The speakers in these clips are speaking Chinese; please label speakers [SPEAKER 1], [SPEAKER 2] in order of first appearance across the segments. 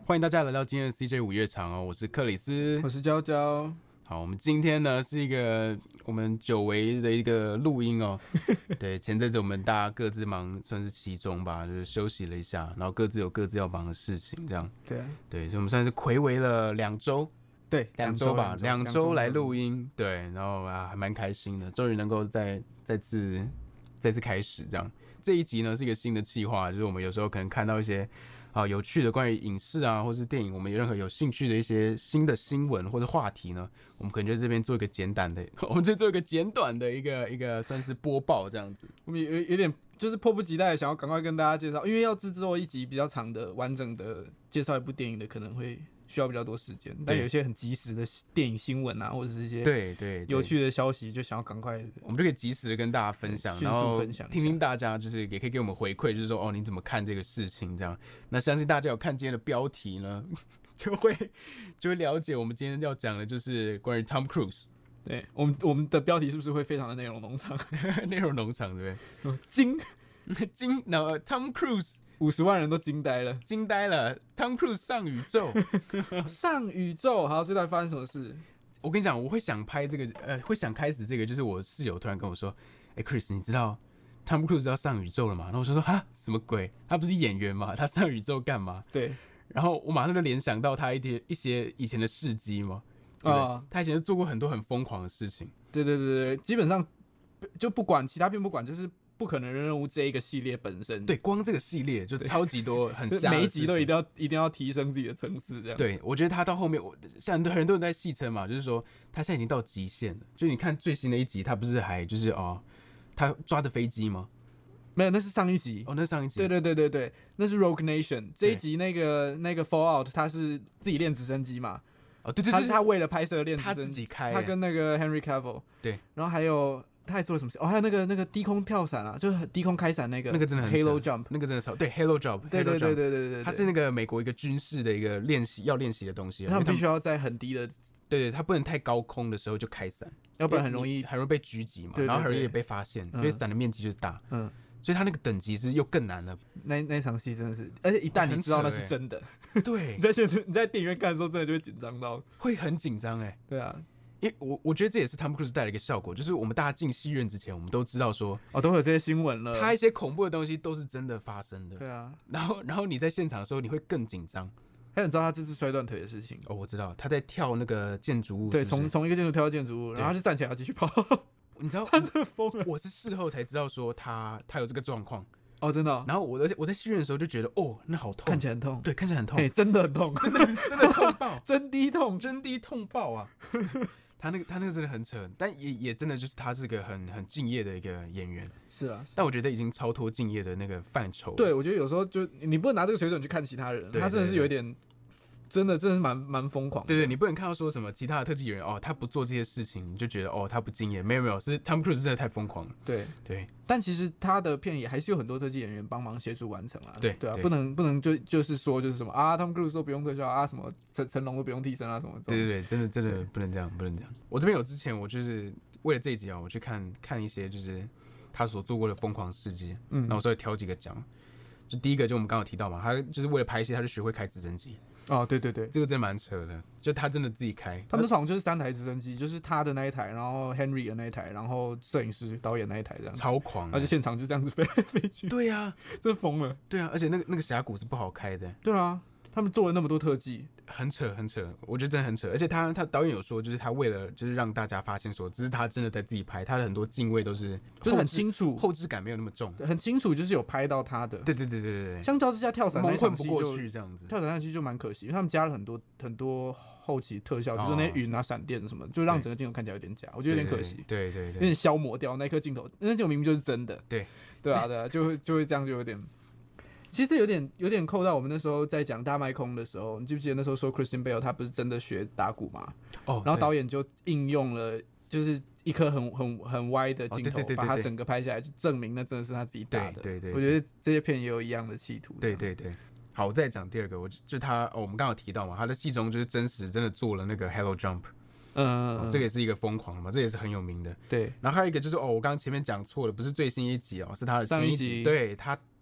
[SPEAKER 1] 欢迎大家来到今天的 CJ 午夜场哦，我是克里斯，
[SPEAKER 2] 我是娇娇。
[SPEAKER 1] 好，我们今天呢是一个我们久违的一个录音哦。对，前阵子我们大家各自忙，算是期中吧，就是休息了一下，然后各自有各自要忙的事情，这样。对，所以我们算是睽违了2周。
[SPEAKER 2] 对
[SPEAKER 1] ，2周吧，2周来录音，对，然后还蛮开心的，终于能够再次开始这样。这一集呢是一个新的企划，就是我们有时候可能看到一些有趣的关于影视啊或是电影，我们有任何有兴趣的一些新的新闻或者话题呢，我们可能就在这边做一个简短的，我们就做一个简短的一个算是播报这样子。
[SPEAKER 2] 我们有点就是迫不及待的想要赶快跟大家介绍，因为要制作一集比较长的完整的介绍一部电影的，可能会需要比较多时间，但有一些很及时的电影新闻啊，或者是一些对有趣的消息，就想要赶快，
[SPEAKER 1] 我们就可以及时的跟大家分享，然后听听大家就是也可以给我们回馈，就是说你怎么看这个事情这样。那相信大家有看今天的标题呢，就会了解我们今天要讲的就是关于 Tom Cruise。
[SPEAKER 2] 对，我们的标题是不是会非常的内容农场？
[SPEAKER 1] 内容农场对不对？
[SPEAKER 2] 惊，
[SPEAKER 1] 然后 Tom Cruise。
[SPEAKER 2] 50万人都惊呆了
[SPEAKER 1] ！Tom Cruise 上宇宙，
[SPEAKER 2] 上宇宙。好，这到底发生什么事？
[SPEAKER 1] 我跟你讲，我会想拍这个，会想开始这个，就是我室友突然跟我说：“Chris， 你知道 Tom Cruise 要上宇宙了吗？”然后我就说：“什么鬼？他不是演员吗？他上宇宙干嘛？”
[SPEAKER 2] 对。
[SPEAKER 1] 然后我马上就联想到他一些以前的事迹嘛，他以前就做过很多很疯狂的事情。
[SPEAKER 2] 对，基本上就不管其他片不管，就是不可能任务这一个系列本身，
[SPEAKER 1] 对，光这个系列就超级多很瞎的，
[SPEAKER 2] 每一集都一定要提升自己的层次，这样。
[SPEAKER 1] 对，我觉得他到后面，像很多人在戏称嘛，就是说他现在已经到极限了。就你看最新的一集，他不是还就是他抓的飞机吗？
[SPEAKER 2] 没有，那是上一集。
[SPEAKER 1] 那是上一集。
[SPEAKER 2] 对，那是 Rogue Nation 这一集那个 Fallout， 他是自己练直升机嘛？
[SPEAKER 1] 对，
[SPEAKER 2] 他为了拍摄练直升机，
[SPEAKER 1] 他自己开，
[SPEAKER 2] 他跟那个 Henry Cavill。对，然后还有。他还做了什么事？还有那个低空跳伞啊，就是低空开伞那个
[SPEAKER 1] 真的很
[SPEAKER 2] Halo Jump，
[SPEAKER 1] 那个真的超对 Halo Jump，
[SPEAKER 2] 对，
[SPEAKER 1] 它是那个美国一个军事的一个要练习的东西，
[SPEAKER 2] 他们必须要在很低的，
[SPEAKER 1] 对，他不能太高空的时候就开伞，
[SPEAKER 2] 要不然很容易
[SPEAKER 1] 被狙击嘛，然后很容易被发现，因为伞的面积就大，所以他那个等级是又更难了。
[SPEAKER 2] 那场戏真的是，而且一旦你知道那是真的，
[SPEAKER 1] 对，
[SPEAKER 2] 你在电影院看的时候，真的就会紧张到，
[SPEAKER 1] 会很紧张
[SPEAKER 2] 对啊。
[SPEAKER 1] 因为我觉得这也是 Tom Cruise 带来一个效果，就是我们大家进戏院之前，我们都知道说
[SPEAKER 2] 都会有这些新闻了，
[SPEAKER 1] 他一些恐怖的东西都是真的发生的。
[SPEAKER 2] 对啊，
[SPEAKER 1] 然后你在现场的时候，你会更紧张。
[SPEAKER 2] 还有你知道他这次摔断腿的事情？
[SPEAKER 1] 我知道他在跳那个建筑物，
[SPEAKER 2] 对，从一个建筑跳到建筑物，然后他就站起来要继续跑。
[SPEAKER 1] 你知道
[SPEAKER 2] 他真的疯了。
[SPEAKER 1] 我是事后才知道说他有这个状况。
[SPEAKER 2] 真的。
[SPEAKER 1] 然后我在戏院的时候就觉得那好痛，
[SPEAKER 2] 看起来很痛。
[SPEAKER 1] 对，看起来很痛，
[SPEAKER 2] 真的很痛，
[SPEAKER 1] 真的痛爆，
[SPEAKER 2] 真低
[SPEAKER 1] 痛爆啊！他那个真的很扯，但也真的就是他是个很敬业的一个演员。
[SPEAKER 2] 是啊，
[SPEAKER 1] 但我觉得已经超脱敬业的那个范畴。
[SPEAKER 2] 对，我觉得有时候就你不能拿这个水准去看其他人，他真的是有一点。真的是蛮疯狂的。
[SPEAKER 1] 对，你不能看到说什么其他的特技演员他不做这些事情，你就觉得他不敬业。没有，是 Tom Cruise 真的太疯狂了。对，
[SPEAKER 2] 但其实他的片也还是有很多特技演员帮忙协助完成啊。
[SPEAKER 1] 对
[SPEAKER 2] 啊，不能就是说就是什么Tom Cruise 都不用特效啊，什么成龙都不用替身啊，什么。
[SPEAKER 1] 对，真的不能这样。我这边有之前我就是为了这一集我去看一些就是他所做过的疯狂事迹，那我稍微挑几个讲。就第一个就我们刚刚有提到嘛，他就是为了拍戏，他就学会开直升机。
[SPEAKER 2] 对，这
[SPEAKER 1] 个真的蛮扯的，就他真的自己开。
[SPEAKER 2] 他们好像就是3台直升机，就是他的那一台，然后 Henry 的那一台，然后摄影师、导演那一台，这样
[SPEAKER 1] 超狂。
[SPEAKER 2] 而且现场就这样子飞来飞去。
[SPEAKER 1] 对啊，
[SPEAKER 2] 真疯了。
[SPEAKER 1] 对啊，而且那个峡谷是不好开的。
[SPEAKER 2] 对啊，他们做了那么多特技。
[SPEAKER 1] 很扯，我觉得真的很扯。而且他导演有说，就是他为了就是让大家发现说，只是他真的在自己拍，他的很多镜位都是
[SPEAKER 2] 就是很清楚，
[SPEAKER 1] 后置感没有那么重，
[SPEAKER 2] 很清楚，就是有拍到他的。
[SPEAKER 1] 对。
[SPEAKER 2] 相较之下，跳伞那
[SPEAKER 1] 场戏就蒙混不过去这样子，
[SPEAKER 2] 跳伞那期就蛮可惜，因为他们加了很多后期特效，比如说那些云啊、闪电什么，就让整个镜头看起来有点假，我觉得有点可惜。
[SPEAKER 1] 对，
[SPEAKER 2] 有点消磨掉那颗镜头，那镜头明明就是真的。对啊，就会这样，就有点。其实有点扣到我们那时候在讲大麦空的时候，你记不记得那时候说 Christian Bale 他不是真的学打鼓嘛？然后导演就应用了就是一颗很歪的镜头，把它整个拍下来，就证明那真的是他自己打的。对，我觉得这些片也有一样的企图。
[SPEAKER 1] 对。好，我再讲第二个，就他我们刚刚有提到嘛，他的戏中就是真的做了那个 Halo Jump。这个也是一个疯狂的嘛，这也是很有名的。对，然后还有一个就是我刚刚前面讲错了，不是最新一集是他的前一集。对，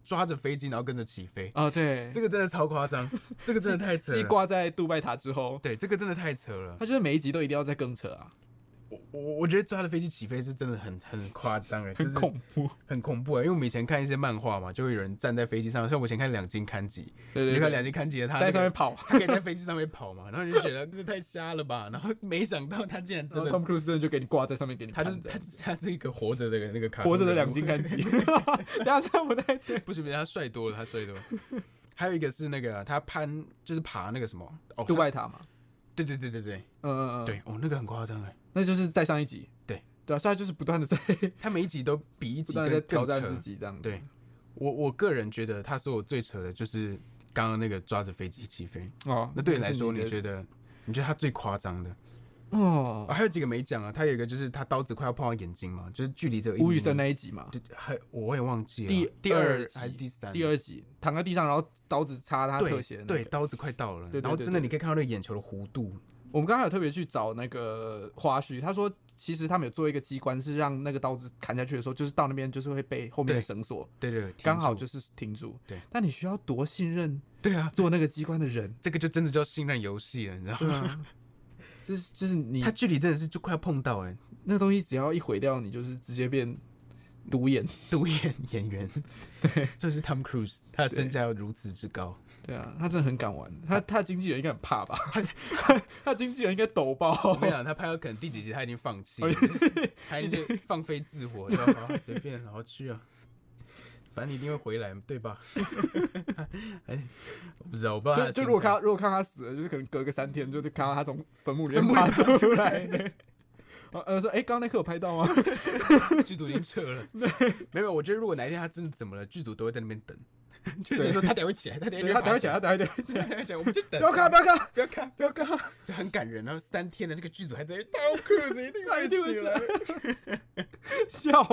[SPEAKER 1] 抓着飞机然后跟着起飞。
[SPEAKER 2] 哦，对，
[SPEAKER 1] 这个真的超夸张，这个真的太扯了。
[SPEAKER 2] 鸡挂在杜拜塔之后，
[SPEAKER 1] 对，这个真的太扯了。
[SPEAKER 2] 他就是每一集都一定要再更扯啊。
[SPEAKER 1] 我觉得抓着飞机起飞是真的很夸张
[SPEAKER 2] 很恐怖，
[SPEAKER 1] 很恐怖因为我们以前看一些漫画嘛，就会有人站在飞机上，像我以前看两金刊吉，
[SPEAKER 2] 对，
[SPEAKER 1] 你看两金刊吉的他
[SPEAKER 2] 在上面跑，
[SPEAKER 1] 他可以在飞机上面跑嘛，然后你就觉得这太瞎了吧，然后没想到他竟然真的
[SPEAKER 2] ，Tom Cruise 真的就给你挂在上面给你看，
[SPEAKER 1] 他是一个活着的那个卡通，
[SPEAKER 2] 活着的两金刊吉，大家这样不太对，
[SPEAKER 1] 不行，他帅多了，他帅多了。还有一个是那个他就是爬那个什么
[SPEAKER 2] 杜拜塔嘛，
[SPEAKER 1] 对，对，那个很夸张
[SPEAKER 2] 那就是再上一集，
[SPEAKER 1] 对
[SPEAKER 2] 啊，所以他就是不断的在，
[SPEAKER 1] 他每一集都比一集更
[SPEAKER 2] 在挑战自己这样子。
[SPEAKER 1] 对，我个人觉得他说我最扯的就是刚刚那个抓着飞机起飞哦。那对你来说，你觉得他最夸张的哦？还有几个没讲啊，他有一个就是他刀子快要碰到眼睛嘛，就是距离这个
[SPEAKER 2] 吴宇森那一集嘛，
[SPEAKER 1] 我也忘记了
[SPEAKER 2] 第二
[SPEAKER 1] 还是第三？
[SPEAKER 2] 第二集躺在地上，然后刀子插他特写，
[SPEAKER 1] 对，刀子快到了，然后真的你可以看到那个眼球的弧度。
[SPEAKER 2] 我们刚刚有特别去找那个花絮，他说其实他们有做一个机关，是让那个刀子砍下去的时候，就是到那边就是会被后面的绳索，
[SPEAKER 1] 对，
[SPEAKER 2] 刚好就是停住。对，但你需要多信任？
[SPEAKER 1] 对啊，
[SPEAKER 2] 做那个机关的人，
[SPEAKER 1] 这个就真的叫信任游戏了，你知道吗？
[SPEAKER 2] 就是你，
[SPEAKER 1] 他距离真的是就快要碰到
[SPEAKER 2] 那个东西只要一毁掉，你就是直接变独眼
[SPEAKER 1] 演员。对，就是 Tom Cruise， 他的身价要如此之高。
[SPEAKER 2] 对啊，他真的很敢玩。他的经纪人应该很怕吧？他经纪人应该抖爆。
[SPEAKER 1] 我跟你讲，他拍到可能第几集他已经放弃了，他已经放飞自我，就好随便好好去啊。反正你一定会回来，对吧？我不知道，我不知道
[SPEAKER 2] 就如果看他死了，就是可能隔个3天，就是看到他从坟墓里面爬出来。说刚刚那刻有拍到吗？
[SPEAKER 1] 剧组已经撤了。没有，我觉得如果哪一天他真的怎么了，剧组都会在那边等。就是说他等会起来，他等会起来，我们就等。不要看，就很感人。然后3天的那个剧组还在Tom Cruise一定会起来，
[SPEAKER 2] 笑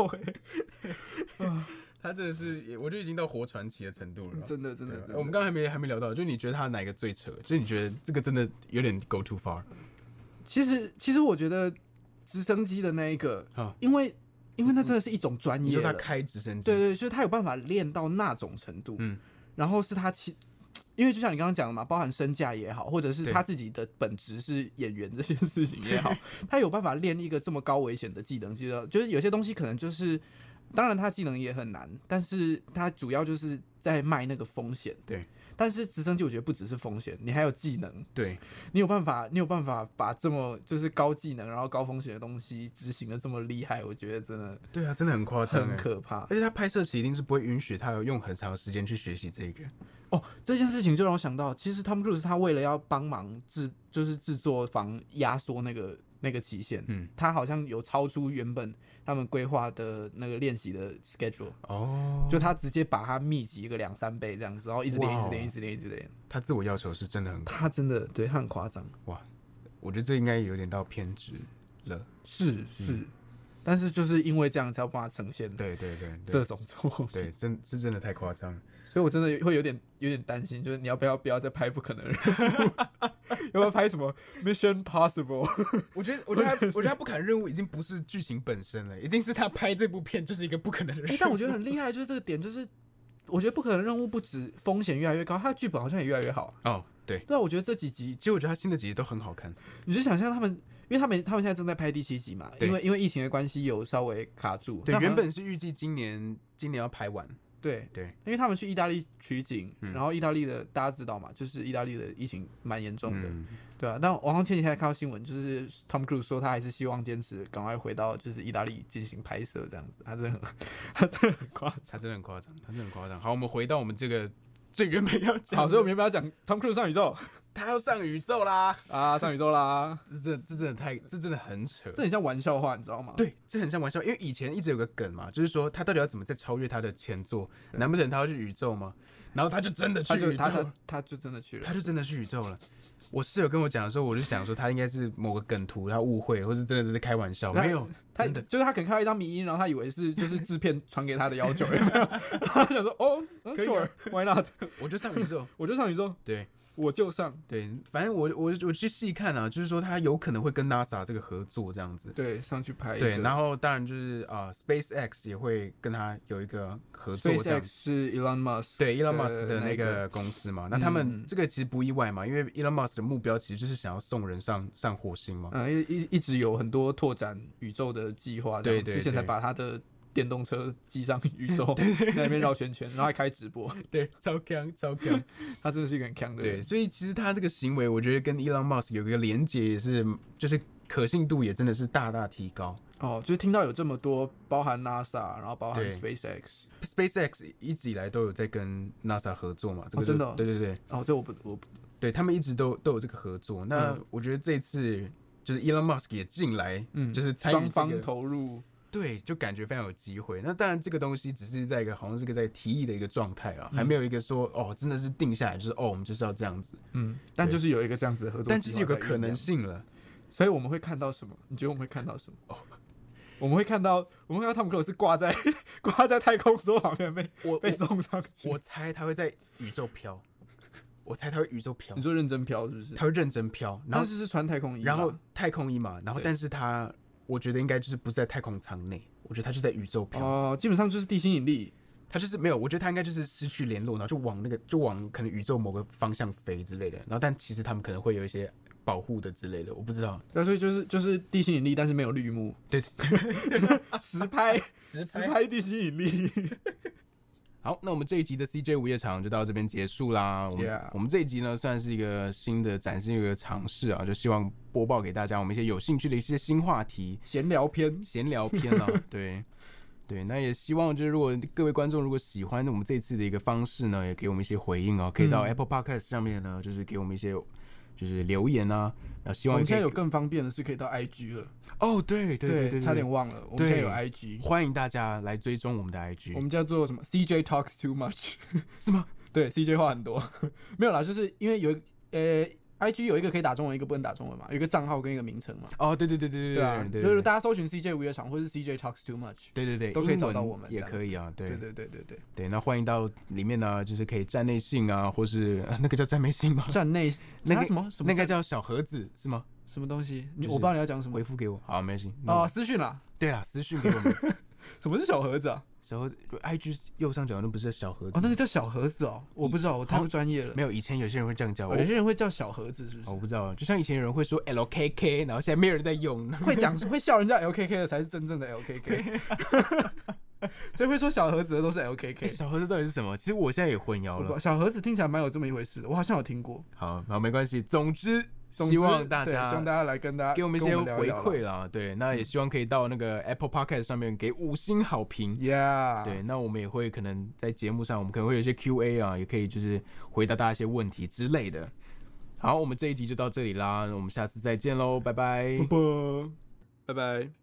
[SPEAKER 1] 他真的是，我觉得已经到活传奇的程度了。
[SPEAKER 2] 真的。
[SPEAKER 1] 我们刚刚还没聊到，就是你觉得他哪一个最扯？就是你觉得这个真的有点 go too far。
[SPEAKER 2] 其实我觉得直升機的那一个，因为那真的是一种专业。
[SPEAKER 1] 你说他开直升机，
[SPEAKER 2] 对，就是他有办法练到那种程度。然后是他因为就像你刚刚讲的嘛，包含身价也好，或者是他自己的本职是演员这件事情也好，他有办法练一个这么高危险的技能。就是有些东西可能就是，当然他技能也很难，但是他主要就是在卖那个风险。
[SPEAKER 1] 对。
[SPEAKER 2] 但是直升机我觉得不只是风险，你还有技能。
[SPEAKER 1] 对，
[SPEAKER 2] 你有办法把这么就是高技能然后高风险的东西执行的这么厉害，我觉得真的
[SPEAKER 1] 对啊，真的很夸张，
[SPEAKER 2] 很可怕。
[SPEAKER 1] 而且他拍摄时一定是不会允许他有用很长的时间去学习这个。
[SPEAKER 2] 这件事情就让我想到，其实 Tom Cruise 他为了要帮忙就是制作房压缩那个期限，他好像有超出原本他们规划的那个练习的 schedule，就他直接把它密集个2-3倍这样子，然后一直练。
[SPEAKER 1] 他自我要求是真的很高，
[SPEAKER 2] 他真的对他很夸张。
[SPEAKER 1] 哇，我觉得这应该有点到偏执了。
[SPEAKER 2] 是，但是就是因为这样才有办法呈现
[SPEAKER 1] 对
[SPEAKER 2] 这种作品，
[SPEAKER 1] 对，是真的太夸张了。
[SPEAKER 2] 所以我真的会有点担心，就是你要不要再拍不可能人物？要不要拍什么 Mission Possible？
[SPEAKER 1] 我觉得他不可能任务已经不是剧情本身了，已经是他拍这部片就是一个不可能的任务。
[SPEAKER 2] 但我觉得很厉害，就是这个点，就是我觉得不可能任务不止风险越来越高，他的剧本好像也越来越好。
[SPEAKER 1] 对，
[SPEAKER 2] 我觉得这几集，
[SPEAKER 1] 其实我觉得他新的几集都很好看。
[SPEAKER 2] 你就想象他们，因为他们现在正在拍第7集嘛，因为疫情的关系有稍微卡住。
[SPEAKER 1] 对，原本是预计今年要拍完。
[SPEAKER 2] 对，因为他们去意大利取景，然后意大利的大家知道嘛，就是意大利的疫情蛮严重的，对啊。但我好像前几天看到新闻，就是 Tom Cruise 说他还是希望坚持赶快回到就是意大利进行拍摄这样子，他真的很夸张，好，
[SPEAKER 1] 我们回到我们这个最原本要讲，
[SPEAKER 2] 好，所以我们原本要讲 Tom Cruise 上宇宙。
[SPEAKER 1] 他要上宇宙啦！
[SPEAKER 2] 上宇宙啦！
[SPEAKER 1] 这真的很扯，
[SPEAKER 2] 这很像玩笑话，你知道吗？
[SPEAKER 1] 对，这很像玩笑，因为以前一直有个梗嘛，就是说他到底要怎么再超越他的前作？难不成他要去宇宙吗？然后他就真的去宇宙，
[SPEAKER 2] 他就真的去了，
[SPEAKER 1] 他就真的去宇宙了。我室友跟我讲的时候，我就想说他应该是某个梗图，他误会，或是真的是开玩笑，没有，真的
[SPEAKER 2] 就是他可能看到一张迷因，然后他以为是就是制片传给他的要求，有没有？然后他想说可以 ，Sure，Why not？
[SPEAKER 1] 我就上宇宙，
[SPEAKER 2] 我就上宇宙，
[SPEAKER 1] 对。
[SPEAKER 2] 我就上。
[SPEAKER 1] 对，反正我去细看啊，就是说他有可能会跟 NASA 这个合作这样子。
[SPEAKER 2] 对，上去拍一个。
[SPEAKER 1] 对，然后当然就是SpaceX 也会跟他有一个合作这样。
[SPEAKER 2] SpaceX 是 Elon Musk
[SPEAKER 1] 对 Elon Musk 的那个公司嘛，那他们这个其实不意外嘛，因为 Elon Musk 的目标其实就是想要送人上火星嘛。
[SPEAKER 2] 一直有很多拓展宇宙的计划，对，之前才把他的电动车寄上宇宙，在那边绕圈圈，然后还开直播，
[SPEAKER 1] 对，超强，
[SPEAKER 2] 他真的是一个很强的人。
[SPEAKER 1] 对，所以其实他这个行为，我觉得跟 Elon Musk 有一个连结，也是就是可信度也真的是大大提高。
[SPEAKER 2] 就是听到有这么多，包含 NASA， 然后包含 SpaceX
[SPEAKER 1] 一直以来都有在跟 NASA 合作嘛，这个
[SPEAKER 2] 真的，
[SPEAKER 1] 对，
[SPEAKER 2] 这我不，
[SPEAKER 1] 对他们一直都有这个合作。那我觉得这次就是 Elon Musk 也进来，就是参与
[SPEAKER 2] 双方投入。
[SPEAKER 1] 对，就感觉非常有机会。那当然，这个东西只是在一个好像是个在提议的一个状态啊，还没有一个说真的是定下来，就是我们就是要这样子。
[SPEAKER 2] 但就是有一个这样子的合作，
[SPEAKER 1] 但就是有个可能性了。
[SPEAKER 2] 所以我们会看到什么？你觉得我们会看到什么？我们会看到汤姆克鲁斯挂在太空梭旁边被送上去。
[SPEAKER 1] 我猜他会在宇宙飘。
[SPEAKER 2] 你说认真飘是不是？
[SPEAKER 1] 他会认真飘，然后
[SPEAKER 2] 是穿太空衣，
[SPEAKER 1] 然后太空衣嘛，然后但是他。我觉得应该就是不是在太空舱内，我觉得他就在宇宙飘。
[SPEAKER 2] 基本上就是地心引力，
[SPEAKER 1] 他就是没有，我觉得他应该就是失去联络，然后就往可能宇宙某个方向飞之类的。然后但其实他们可能会有一些保护的之类的，我不知道。
[SPEAKER 2] 对，所以就是地心引力，但是没有绿幕。
[SPEAKER 1] 对，
[SPEAKER 2] 实拍地心引力。
[SPEAKER 1] 好，那我们这一集的 CJ 午夜场就到这边结束啦。我们这一集呢，算是一个新的展示一个尝试啊，就希望播报给大家我们一些有兴趣的一些新话题，
[SPEAKER 2] 闲聊篇
[SPEAKER 1] 啊，对，那也希望就是如果各位观众如果喜欢我们这次的一个方式呢，也给我们一些回应哦，可以到 Apple Podcast 上面呢，就是给我们一些就是留言啊，然后希望
[SPEAKER 2] 我们现在有更方便的是可以到 IG 了。
[SPEAKER 1] 对，
[SPEAKER 2] 差点忘了，我们现在有 IG，
[SPEAKER 1] 欢迎大家来追踪我们的 IG。
[SPEAKER 2] 我们叫做什么 ？CJ Talks Too Much
[SPEAKER 1] 是吗？
[SPEAKER 2] 对 ，CJ 话很多，没有啦，就是因为有IG 有一个可以打中文，一个不能打中文嘛，有一个账号跟一个名称嘛。
[SPEAKER 1] 对啊，
[SPEAKER 2] 所以大家搜寻 CJ 午夜场或是 CJ Talks Too Much，
[SPEAKER 1] 对，
[SPEAKER 2] 都可以找到我们，
[SPEAKER 1] 也可以啊。
[SPEAKER 2] 对，
[SPEAKER 1] 那欢迎到里面呢，就是可以站内信啊，或是那个叫站内信吗？
[SPEAKER 2] 站内
[SPEAKER 1] 那个什么那个叫小盒子是吗？
[SPEAKER 2] 什么东西？我不知道你要讲什么，
[SPEAKER 1] 回复给我。好，没关系。
[SPEAKER 2] 私讯啦。
[SPEAKER 1] 对啦，私讯给我们。
[SPEAKER 2] 什么是小盒子啊？
[SPEAKER 1] 小盒子 ，IG 右上角那不是小盒子？
[SPEAKER 2] 那个叫小盒子哦，我不知道，我太不专业了。
[SPEAKER 1] 没有，以前有些人会这样叫，
[SPEAKER 2] 有些人会叫小盒子，是不是？
[SPEAKER 1] 我不知道，就像以前有人会说 LKK， 然后现在没有人在用，
[SPEAKER 2] 会笑人家 LKK 的才是真正的 LKK， 所以会说小盒子的都是 LKK。
[SPEAKER 1] 小盒子到底是什么？其实我现在也混淆了。
[SPEAKER 2] 小盒子听起来蛮有这么一回事的，我好像有听过。
[SPEAKER 1] 好，没关系。总之希望大家
[SPEAKER 2] 来跟大家
[SPEAKER 1] 给我们一些回馈啦。对，那也希望可以到那个 Apple Podcast 上面给5星好评。对，那我们也会可能在节目上，我们可能会有一些 QA 啊，也可以就是回答大家一些问题之类的。好，我们这一集就到这里啦，我们下次再见喽，拜拜。
[SPEAKER 2] 拜拜。